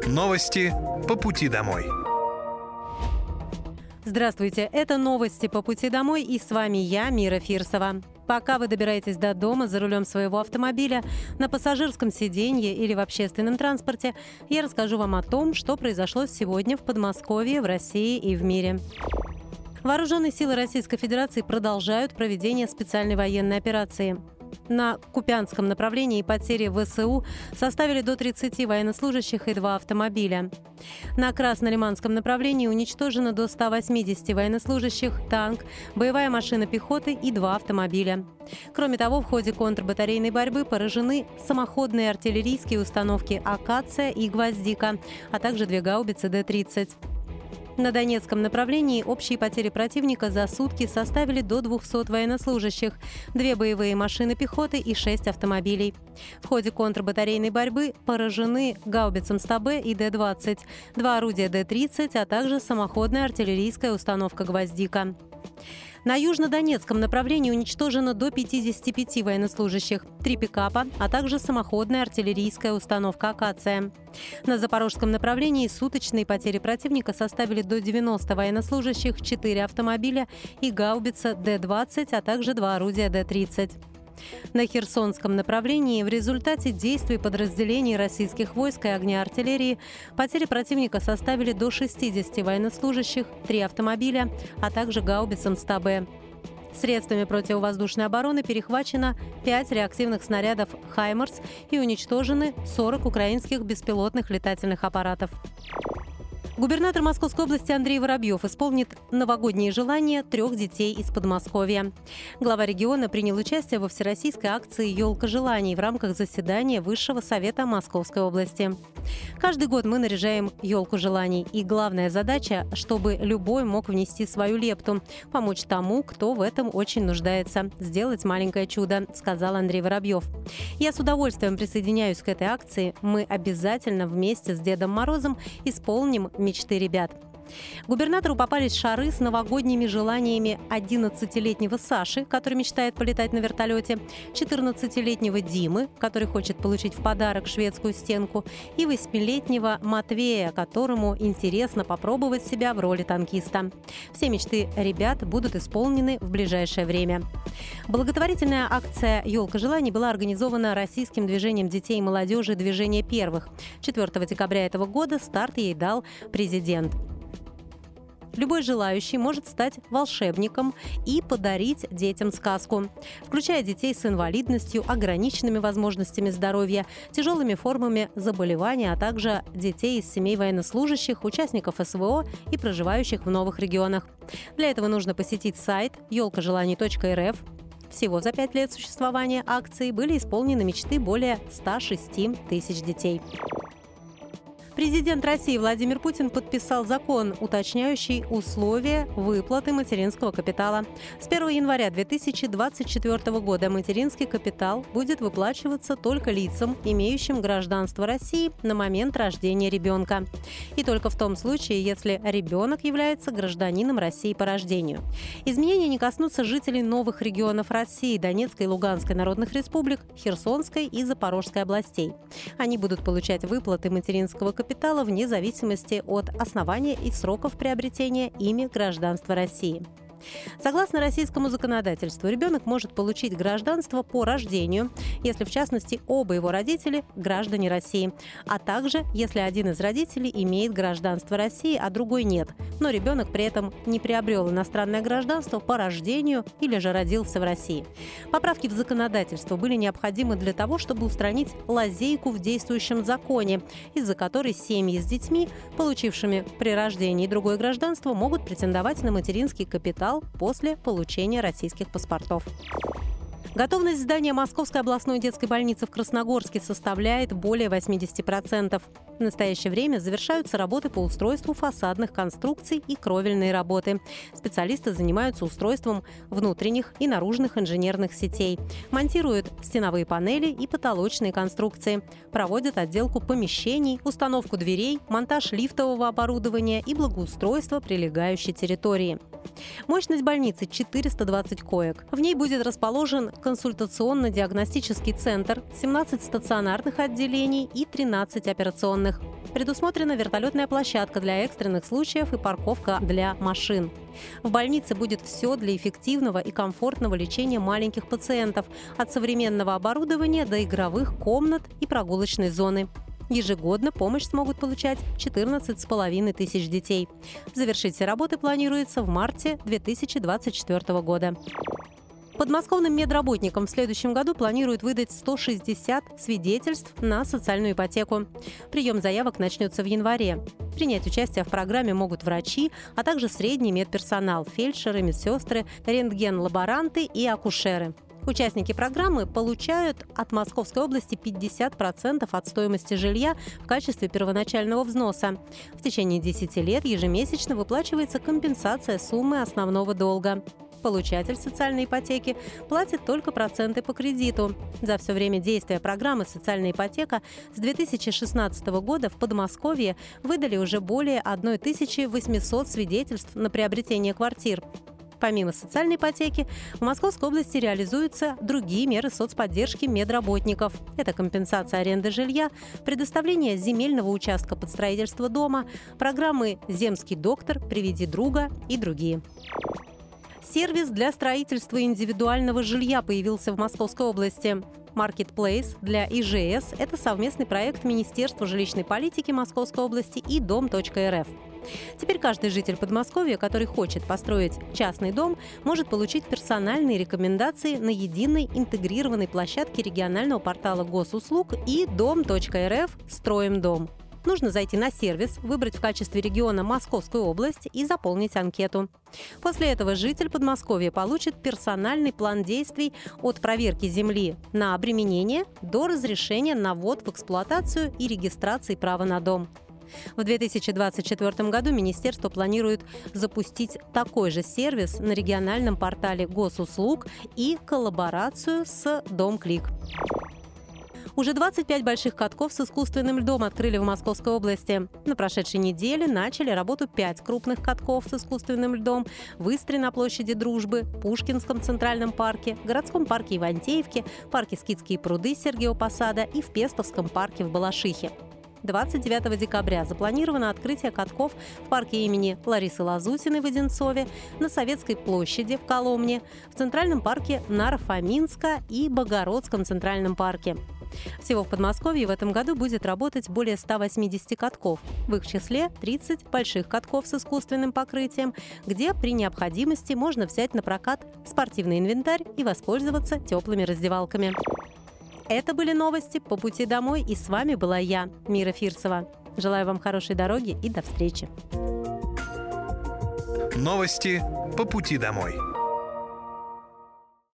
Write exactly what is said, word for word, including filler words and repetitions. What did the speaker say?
Новости по пути домой. Здравствуйте, это новости по пути домой, и с вами я, Мира Фирсова. Пока вы добираетесь до дома за рулем своего автомобиля, на пассажирском сиденье или в общественном транспорте, я расскажу вам о том, что произошло сегодня в Подмосковье, в России и в мире. Вооруженные силы Российской Федерации продолжают проведение специальной военной операции. На Купянском направлении потери ВСУ составили до тридцати военнослужащих и два автомобиля. На Краснолиманском направлении уничтожено до ста восьмидесяти военнослужащих, танк, боевая машина пехоты и два автомобиля. Кроме того, в ходе контрбатарейной борьбы поражены самоходные артиллерийские установки «Акация» и «Гвоздика», а также две гаубицы Д тридцать. На Донецком направлении общие потери противника за сутки составили до двухсот военнослужащих, две боевые машины пехоты и шесть автомобилей. В ходе контрбатарейной борьбы поражены гаубицам ста Б и Д двадцать, два орудия Д тридцать, а также самоходная артиллерийская установка «Гвоздика». На южнодонецком направлении уничтожено до пятидесяти пяти военнослужащих, три пикапа, а также самоходная артиллерийская установка «Акация». На запорожском направлении суточные потери противника составили до девяноста военнослужащих, четыре автомобиля и гаубица Д двадцать, а также два орудия Д тридцать. На Херсонском направлении в результате действий подразделений российских войск и огня артиллерии потери противника составили до шестидесяти военнослужащих, три автомобиля, а также гаубицам ста Б. Средствами противовоздушной обороны перехвачено пять реактивных снарядов «Хаймарс» и уничтожены сорок украинских беспилотных летательных аппаратов. Губернатор Московской области Андрей Воробьев исполнит новогодние желания трех детей из Подмосковья. Глава региона принял участие во всероссийской акции «Елка желаний» в рамках заседания Высшего совета Московской области. Каждый год мы наряжаем елку желаний. И главная задача, чтобы любой мог внести свою лепту, помочь тому, кто в этом очень нуждается, сделать маленькое чудо, сказал Андрей Воробьев. Я с удовольствием присоединяюсь к этой акции. Мы обязательно вместе с Дедом Морозом исполним мечты ребят. Губернатору попались шары с новогодними желаниями одиннадцатилетнего Саши, который мечтает полетать на вертолете, четырнадцатилетнего Димы, который хочет получить в подарок шведскую стенку, и восьмилетнего Матвея, которому интересно попробовать себя в роли танкиста. Все мечты ребят будут исполнены в ближайшее время. Благотворительная акция «Елка желаний» была организована российским движением детей и молодежи «Движение первых». четвёртого декабря этого года старт ей дал президент. Любой желающий может стать волшебником и подарить детям сказку, включая детей с инвалидностью, ограниченными возможностями здоровья, тяжелыми формами заболевания, а также детей из семей военнослужащих, участников эс вэ о и проживающих в новых регионах. Для этого нужно посетить сайт елка желаний точка эр эф. Всего за пять лет существования акции были исполнены мечты более ста шести тысяч детей. Президент России Владимир Путин подписал закон, уточняющий условия выплаты материнского капитала. С первого января две тысячи двадцать четвёртого года материнский капитал будет выплачиваться только лицам, имеющим гражданство России на момент рождения ребенка. И только в том случае, если ребенок является гражданином России по рождению. Изменения не коснутся жителей новых регионов России, Донецкой и Луганской народных республик, Херсонской и Запорожской областей. Они будут получать выплаты материнского капитала капитала вне зависимости от основания и сроков приобретения ими гражданства России. Согласно российскому законодательству, ребенок может получить гражданство по рождению, если, в частности, оба его родители – граждане России, а также, если один из родителей имеет гражданство России, а другой нет, но ребенок при этом не приобрел иностранное гражданство по рождению или же родился в России. Поправки в законодательство были необходимы для того, чтобы устранить лазейку в действующем законе, из-за которой семьи с детьми, получившими при рождении другое гражданство, могут претендовать на материнский капитал после получения российских паспортов. Готовность здания Московской областной детской больницы в Красногорске составляет более восьмидесяти процентов. В настоящее время завершаются работы по устройству фасадных конструкций и кровельные работы. Специалисты занимаются устройством внутренних и наружных инженерных сетей, монтируют стеновые панели и потолочные конструкции, проводят отделку помещений, установку дверей, монтаж лифтового оборудования и благоустройство прилегающей территории. Мощность больницы – четыреста двадцать коек. В ней будет расположен консультационно-диагностический центр, семнадцать стационарных отделений и тринадцать операционных. Предусмотрена вертолетная площадка для экстренных случаев и парковка для машин. В больнице будет все для эффективного и комфортного лечения маленьких пациентов, от современного оборудования до игровых комнат и прогулочной зоны. Ежегодно помощь смогут получать четырнадцать с половиной тысяч детей. Завершить все работы планируется в марте две тысячи двадцать четвёртого года. Подмосковным медработникам в следующем году планируют выдать сто шестьдесят свидетельств на социальную ипотеку. Прием заявок начнется в январе. Принять участие в программе могут врачи, а также средний медперсонал, фельдшеры, медсестры, рентген-лаборанты и акушеры. Участники программы получают от Московской области пятьдесят процентов от стоимости жилья в качестве первоначального взноса. В течение десяти лет ежемесячно выплачивается компенсация суммы основного долга. Получатель социальной ипотеки платит только проценты по кредиту. За все время действия программы «Социальная ипотека» с две тысячи шестнадцатого года в Подмосковье выдали уже более тысячи восьмисот свидетельств на приобретение квартир. Помимо социальной ипотеки, в Московской области реализуются другие меры соцподдержки медработников. Это компенсация аренды жилья, предоставление земельного участка под строительство дома, программы «Земский доктор», «Приведи друга» и другие. Сервис для строительства индивидуального жилья появился в Московской области. Marketplace для И Ж С – это совместный проект Министерства жилищной политики Московской области и дом точка эр эф. Теперь каждый житель Подмосковья, который хочет построить частный дом, может получить персональные рекомендации на единой интегрированной площадке регионального портала госуслуг и дом точка эр эф «Строим дом». Нужно зайти на сервис, выбрать в качестве региона Московскую область и заполнить анкету. После этого житель Подмосковья получит персональный план действий от проверки земли на обременение до разрешения на ввод в эксплуатацию и регистрации права на дом. В две тысячи двадцать четвёртом году министерство планирует запустить такой же сервис на региональном портале госуслуг и коллаборацию с Дом.Клик. Уже двадцать пять больших катков с искусственным льдом открыли в Московской области. На прошедшей неделе начали работу пять крупных катков с искусственным льдом в Истре на площади Дружбы, Пушкинском центральном парке, городском парке Ивантеевке, парке Скитские пруды Сергиева Посада и в Пестовском парке в Балашихе. двадцать девятого декабря запланировано открытие катков в парке имени Ларисы Лазутиной в Одинцове, на Советской площади в Коломне, в Центральном парке Наро-Фоминска и Богородском центральном парке. Всего в Подмосковье в этом году будет работать более ста восьмидесяти катков. В их числе тридцать больших катков с искусственным покрытием, где при необходимости можно взять на прокат спортивный инвентарь и воспользоваться теплыми раздевалками. Это были новости по пути домой, и с вами была я, Мира Фирсова. Желаю вам хорошей дороги и до встречи. Новости по пути домой.